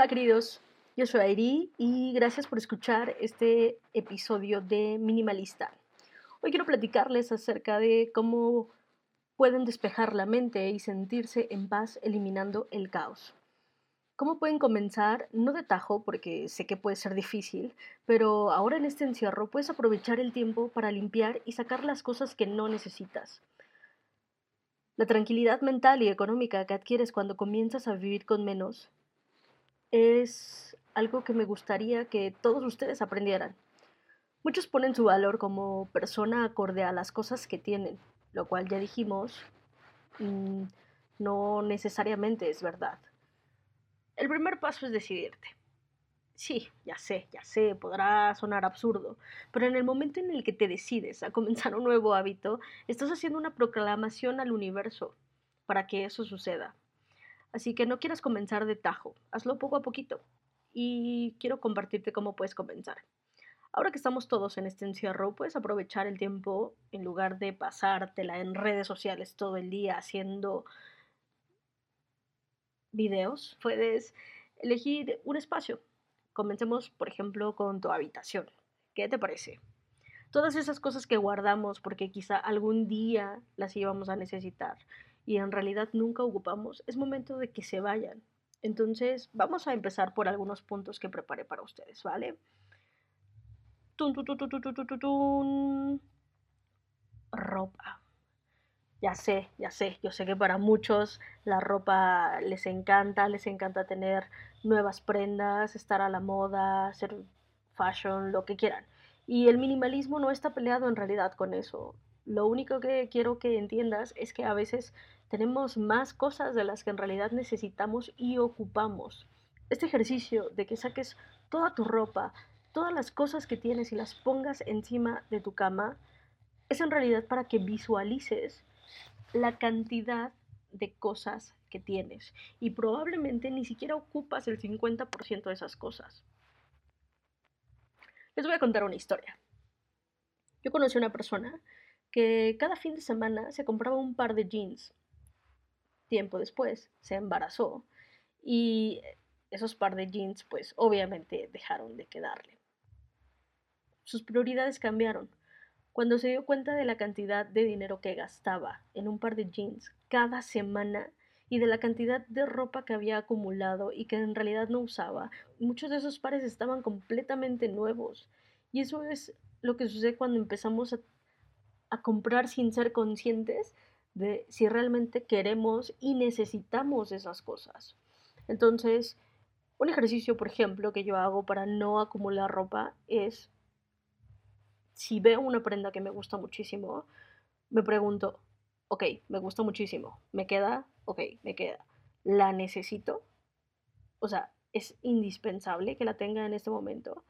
Hola queridos, yo soy Airi y gracias por escuchar este episodio de Minimalista. Hoy quiero platicarles acerca de cómo pueden despejar la mente y sentirse en paz eliminando el caos. ¿Cómo pueden comenzar? No de tajo, porque sé que puede ser difícil, pero ahora en este encierro puedes aprovechar el tiempo para limpiar y sacar las cosas que no necesitas. La tranquilidad mental y económica que adquieres cuando comienzas a vivir con menos es algo que me gustaría que todos ustedes aprendieran. Muchos ponen su valor como persona acorde a las cosas que tienen, lo cual ya dijimos, mm, no necesariamente es verdad. El primer paso es decidirte. Sí, ya sé, podrá sonar absurdo, pero en el momento en el que te decides a comenzar un nuevo hábito, estás haciendo una proclamación al universo para que eso suceda. Así que no quieras comenzar de tajo, hazlo poco a poquito. Y quiero compartirte cómo puedes comenzar. Ahora que estamos todos en este encierro, puedes aprovechar el tiempo en lugar de pasártela en redes sociales todo el día haciendo videos. Puedes elegir un espacio. Comencemos, por ejemplo, con tu habitación. ¿Qué te parece? Todas esas cosas que guardamos porque quizá algún día las íbamos a necesitar y en realidad nunca ocupamos, es momento de que se vayan. Entonces, vamos a empezar por algunos puntos que preparé para ustedes, ¿vale? Tun, tun, tun, tun, tun, tun, tun, tun. Ropa. Yo sé que para muchos la ropa les encanta tener nuevas prendas, estar a la moda, hacer fashion, lo que quieran. Y el minimalismo no está peleado en realidad con eso. Lo único que quiero que entiendas es que a veces tenemos más cosas de las que en realidad necesitamos y ocupamos. Este ejercicio de que saques toda tu ropa, todas las cosas que tienes y las pongas encima de tu cama, es en realidad para que visualices la cantidad de cosas que tienes y probablemente ni siquiera ocupas el 50% de esas cosas. Les voy a contar una historia. Yo conocí a una persona que cada fin de semana se compraba un par de jeans. Tiempo después se embarazó y esos par de jeans pues obviamente dejaron de quedarle. Sus prioridades cambiaron. Cuando se dio cuenta de la cantidad de dinero que gastaba en un par de jeans cada semana y de la cantidad de ropa que había acumulado y que en realidad no usaba, muchos de esos pares estaban completamente nuevos. Y eso es lo que sucede cuando empezamos a comprar sin ser conscientes de si realmente queremos y necesitamos esas cosas. Entonces, un ejercicio, por ejemplo, que yo hago para no acumular ropa es si veo una prenda que me gusta muchísimo, me pregunto, ok, me gusta muchísimo, ¿me queda? Ok, me queda. ¿La necesito? O sea, ¿es indispensable que la tenga en este momento?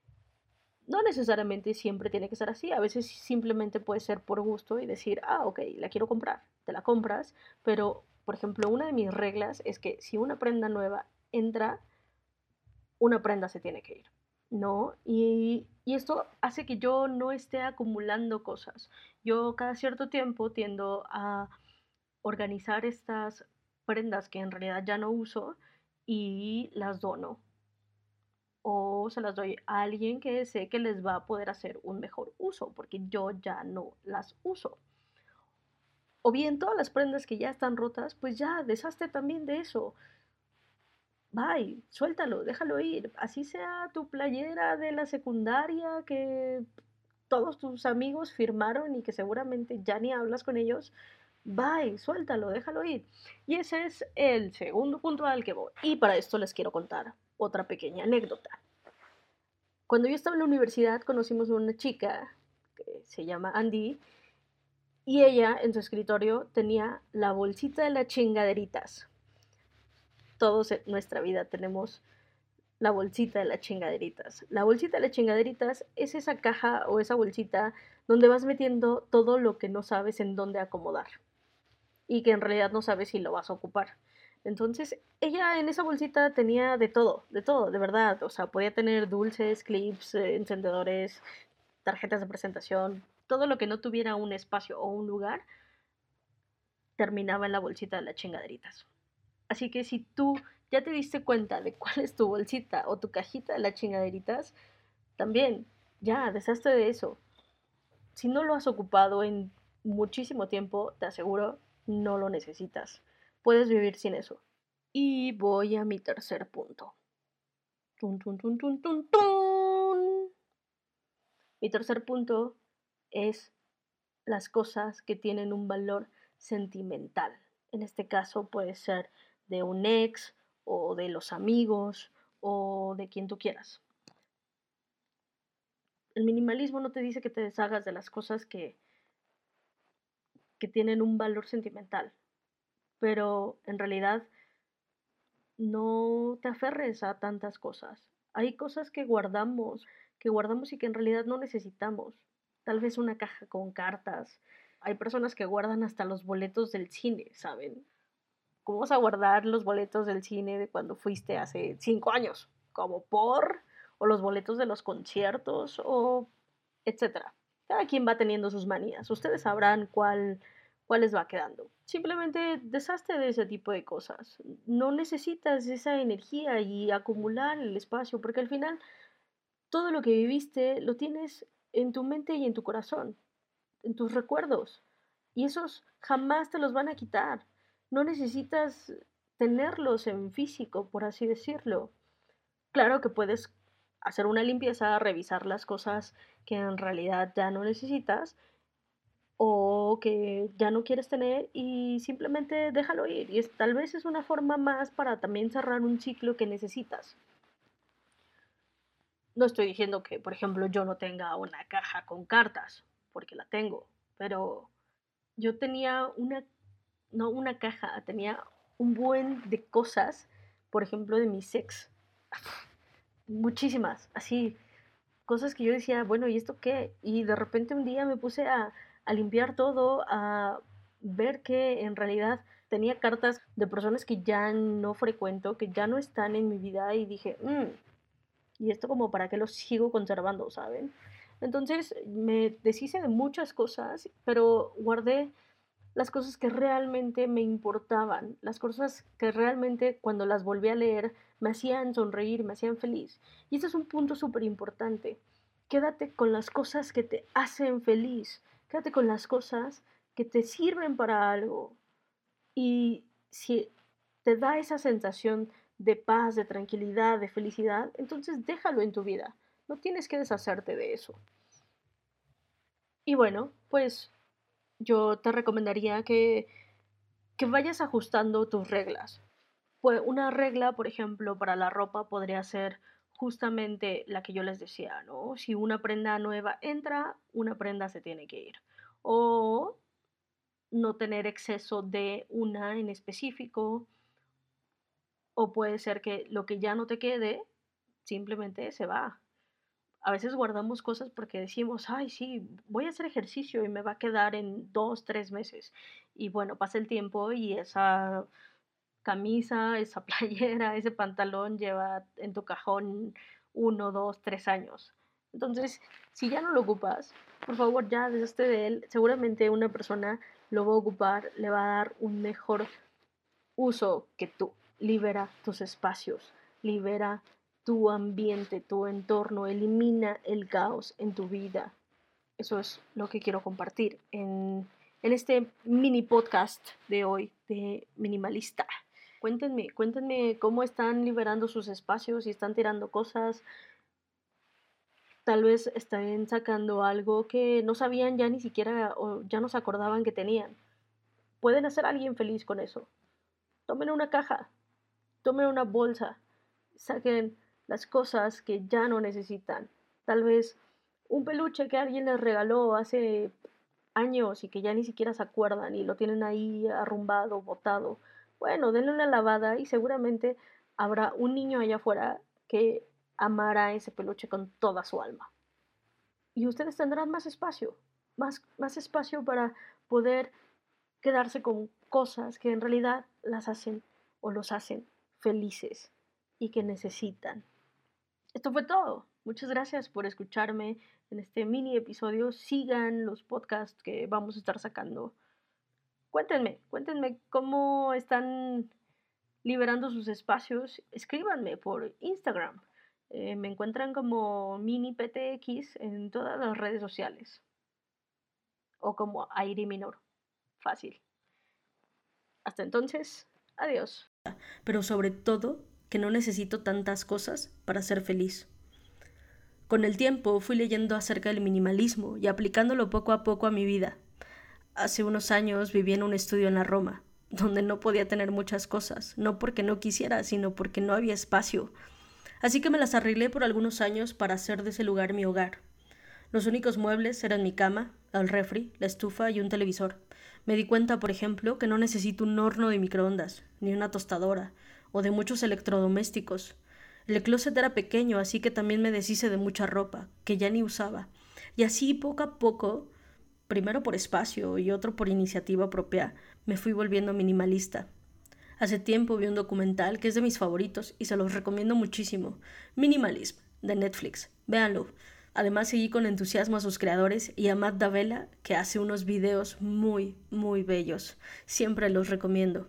No necesariamente siempre tiene que ser así, a veces simplemente puede ser por gusto y decir, ah, ok, la quiero comprar, te la compras, pero, por ejemplo, una de mis reglas es que si una prenda nueva entra, una prenda se tiene que ir, ¿no? Y esto hace que yo no esté acumulando cosas. Yo cada cierto tiempo tiendo a organizar estas prendas que en realidad ya no uso y las dono o se las doy a alguien que sé que les va a poder hacer un mejor uso porque yo ya no las uso. O bien todas las prendas que ya están rotas, pues ya deshazte también de eso. Bye, suéltalo, déjalo ir. Así sea tu playera de la secundaria que todos tus amigos firmaron y que seguramente ya ni hablas con ellos. Bye, suéltalo, déjalo ir. Y ese es el segundo punto al que voy. Y para esto les quiero contar otra pequeña anécdota. Cuando yo estaba en la universidad conocimos a una chica que se llama Andy y ella en su escritorio tenía la bolsita de las chingaderitas. Todos en nuestra vida tenemos la bolsita de las chingaderitas. La bolsita de las chingaderitas es esa caja o esa bolsita donde vas metiendo todo lo que no sabes en dónde acomodar y que en realidad no sabes si lo vas a ocupar. Entonces, ella en esa bolsita tenía de todo, de verdad. O sea, podía tener dulces, clips, encendedores, tarjetas de presentación, todo lo que no tuviera un espacio o un lugar, terminaba en la bolsita de las chingaderitas. Así que si tú ya te diste cuenta de cuál es tu bolsita o tu cajita de las chingaderitas, también, ya, deshazte de eso. Si no lo has ocupado en muchísimo tiempo, te aseguro, no lo necesitas. Puedes vivir sin eso. Y voy a mi tercer punto. Tun, tun, tun, tun, tun, tun. Mi tercer punto es las cosas que tienen un valor sentimental. En este caso puede ser de un ex o de los amigos o de quien tú quieras. El minimalismo no te dice que te deshagas de las cosas que tienen un valor sentimental, pero en realidad no te aferres a tantas cosas. Hay cosas que guardamos y que en realidad no necesitamos. Tal vez una caja con cartas. Hay personas que guardan hasta los boletos del cine, ¿saben? ¿Cómo vas a guardar los boletos del cine de cuando fuiste hace 5 años? Como por, o los boletos de los conciertos, o etcétera. Cada quien va teniendo sus manías. Ustedes sabrán cuál les va quedando. Simplemente deshazte de ese tipo de cosas. No necesitas esa energía y acumular el espacio, porque al final todo lo que viviste lo tienes en tu mente y en tu corazón, en tus recuerdos. Y esos jamás te los van a quitar. No necesitas tenerlos en físico, por así decirlo. Claro que puedes hacer una limpieza, revisar las cosas que en realidad ya no necesitas o que ya no quieres tener y simplemente déjalo ir. Y tal vez es una forma más para también cerrar un ciclo que necesitas. No estoy diciendo que, por ejemplo, yo no tenga una caja con cartas, porque la tengo, pero yo tenía no una caja, tenía un buen de cosas, por ejemplo, de mis ex. Muchísimas, así, cosas que yo decía, bueno, ¿y esto qué? Y de repente un día me puse a limpiar todo, a ver que en realidad tenía cartas de personas que ya no frecuento, que ya no están en mi vida y dije, ¿y esto como para qué lo sigo conservando, saben? Entonces me deshice de muchas cosas, pero guardé las cosas que realmente me importaban, las cosas que realmente cuando las volví a leer me hacían sonreír, me hacían feliz. Y este es un punto súper importante. Quédate con las cosas que te hacen feliz, quédate con las cosas que te sirven para algo. Y si te da esa sensación de paz, de tranquilidad, de felicidad, entonces déjalo en tu vida. No tienes que deshacerte de eso. Y bueno, pues yo te recomendaría que vayas ajustando tus reglas. Pues una regla, por ejemplo, para la ropa podría ser justamente la que yo les decía, ¿no? Si una prenda nueva entra, una prenda se tiene que ir. O no tener exceso de una en específico. O puede ser que lo que ya no te quede simplemente se va. A veces guardamos cosas porque decimos, ay, sí, voy a hacer ejercicio y me va a quedar en 2, 3 meses. Y bueno, pasa el tiempo y esa camisa, esa playera, ese pantalón lleva en tu cajón 1, 2, 3 años. Entonces, si ya no lo ocupas, por favor ya deshazte de él. Seguramente una persona lo va a ocupar, le va a dar un mejor uso que tú. Libera tus espacios, libera tu ambiente, tu entorno, elimina el caos en tu vida. Eso es lo que quiero compartir en este mini podcast de hoy de Minimalista. Cuéntenme cómo están liberando sus espacios, si están tirando cosas, tal vez estén sacando algo que no sabían ya ni siquiera o ya no se acordaban que tenían. Pueden hacer a alguien feliz con eso. Tomen una caja, tomen una bolsa, saquen las cosas que ya no necesitan. Tal vez un peluche que alguien les regaló hace años y que ya ni siquiera se acuerdan y lo tienen ahí arrumbado, botado. Bueno, denle una lavada y seguramente habrá un niño allá afuera que amará ese peluche con toda su alma. Y ustedes tendrán más espacio, más espacio para poder quedarse con cosas que en realidad las hacen o los hacen felices y que necesitan. Esto fue todo. Muchas gracias por escucharme en este mini episodio. Sigan los podcasts que vamos a estar sacando. Cuéntenme cómo están liberando sus espacios, escríbanme por Instagram. Me encuentran como miniptx en todas las redes sociales o como Airi Minor. Fácil. Hasta entonces, adiós. Pero sobre todo, que no necesito tantas cosas para ser feliz. Con el tiempo fui leyendo acerca del minimalismo y aplicándolo poco a poco a mi vida. Hace unos años viví en un estudio en la Roma, donde no podía tener muchas cosas, no porque no quisiera, sino porque no había espacio. Así que me las arreglé por algunos años para hacer de ese lugar mi hogar. Los únicos muebles eran mi cama, el refri, la estufa y un televisor. Me di cuenta, por ejemplo, que no necesito un horno de microondas, ni una tostadora, o de muchos electrodomésticos. El closet era pequeño, así que también me deshice de mucha ropa, que ya ni usaba. Y así, poco a poco, primero por espacio y otro por iniciativa propia, me fui volviendo minimalista. Hace tiempo vi un documental que es de mis favoritos y se los recomiendo muchísimo. Minimalism, de Netflix. Véanlo. Además seguí con entusiasmo a sus creadores y a Matt D'Avella, que hace unos videos muy, muy bellos. Siempre los recomiendo.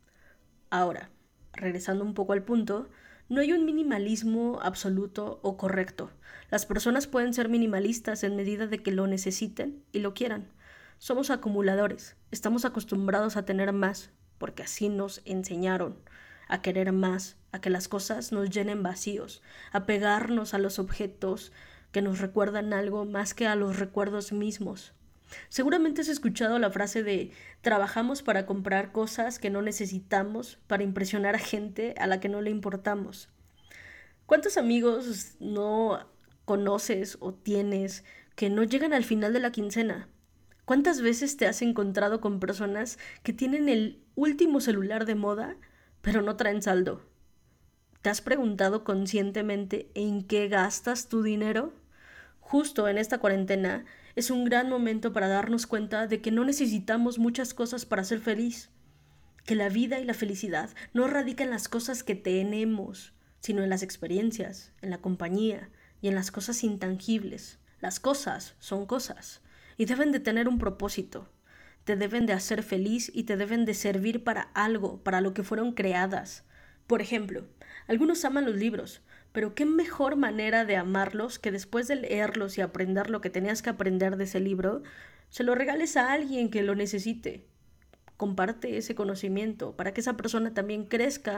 Ahora, regresando un poco al punto, no hay un minimalismo absoluto o correcto. Las personas pueden ser minimalistas en medida de que lo necesiten y lo quieran. Somos acumuladores, estamos acostumbrados a tener más, porque así nos enseñaron a querer más, a que las cosas nos llenen vacíos, a pegarnos a los objetos que nos recuerdan algo más que a los recuerdos mismos. Seguramente has escuchado la frase de trabajamos para comprar cosas que no necesitamos para impresionar a gente a la que no le importamos. ¿Cuántos amigos no conoces o tienes que no llegan al final de la quincena? ¿Cuántas veces te has encontrado con personas que tienen el último celular de moda, pero no traen saldo? ¿Te has preguntado conscientemente en qué gastas tu dinero? Justo en esta cuarentena es un gran momento para darnos cuenta de que no necesitamos muchas cosas para ser feliz, que la vida y la felicidad no radican en las cosas que tenemos, sino en las experiencias, en la compañía y en las cosas intangibles. Las cosas son cosas y deben de tener un propósito. Te deben de hacer feliz y te deben de servir para algo, para lo que fueron creadas. Por ejemplo, algunos aman los libros, pero qué mejor manera de amarlos que después de leerlos y aprender lo que tenías que aprender de ese libro, se lo regales a alguien que lo necesite. Comparte ese conocimiento para que esa persona también crezca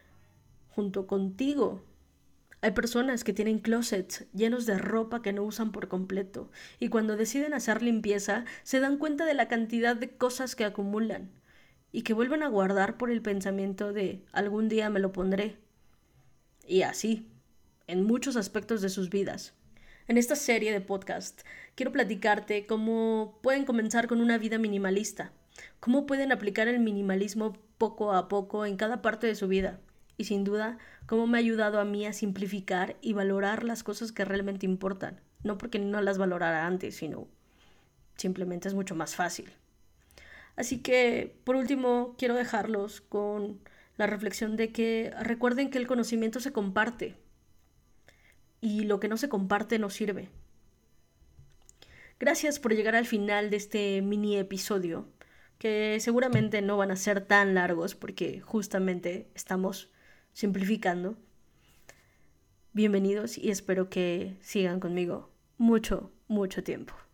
junto contigo. Hay personas que tienen closets llenos de ropa que no usan por completo y cuando deciden hacer limpieza se dan cuenta de la cantidad de cosas que acumulan y que vuelven a guardar por el pensamiento de algún día me lo pondré. Y así, en muchos aspectos de sus vidas. En esta serie de podcast quiero platicarte cómo pueden comenzar con una vida minimalista, cómo pueden aplicar el minimalismo poco a poco en cada parte de su vida y sin duda cómo me ha ayudado a mí a simplificar y valorar las cosas que realmente importan, no porque no las valorara antes, sino simplemente es mucho más fácil. Así que, por último, quiero dejarlos con la reflexión de que recuerden que el conocimiento se comparte y lo que no se comparte no sirve. Gracias por llegar al final de este mini episodio, que seguramente no van a ser tan largos porque justamente estamos simplificando. Bienvenidos y espero que sigan conmigo mucho, mucho tiempo.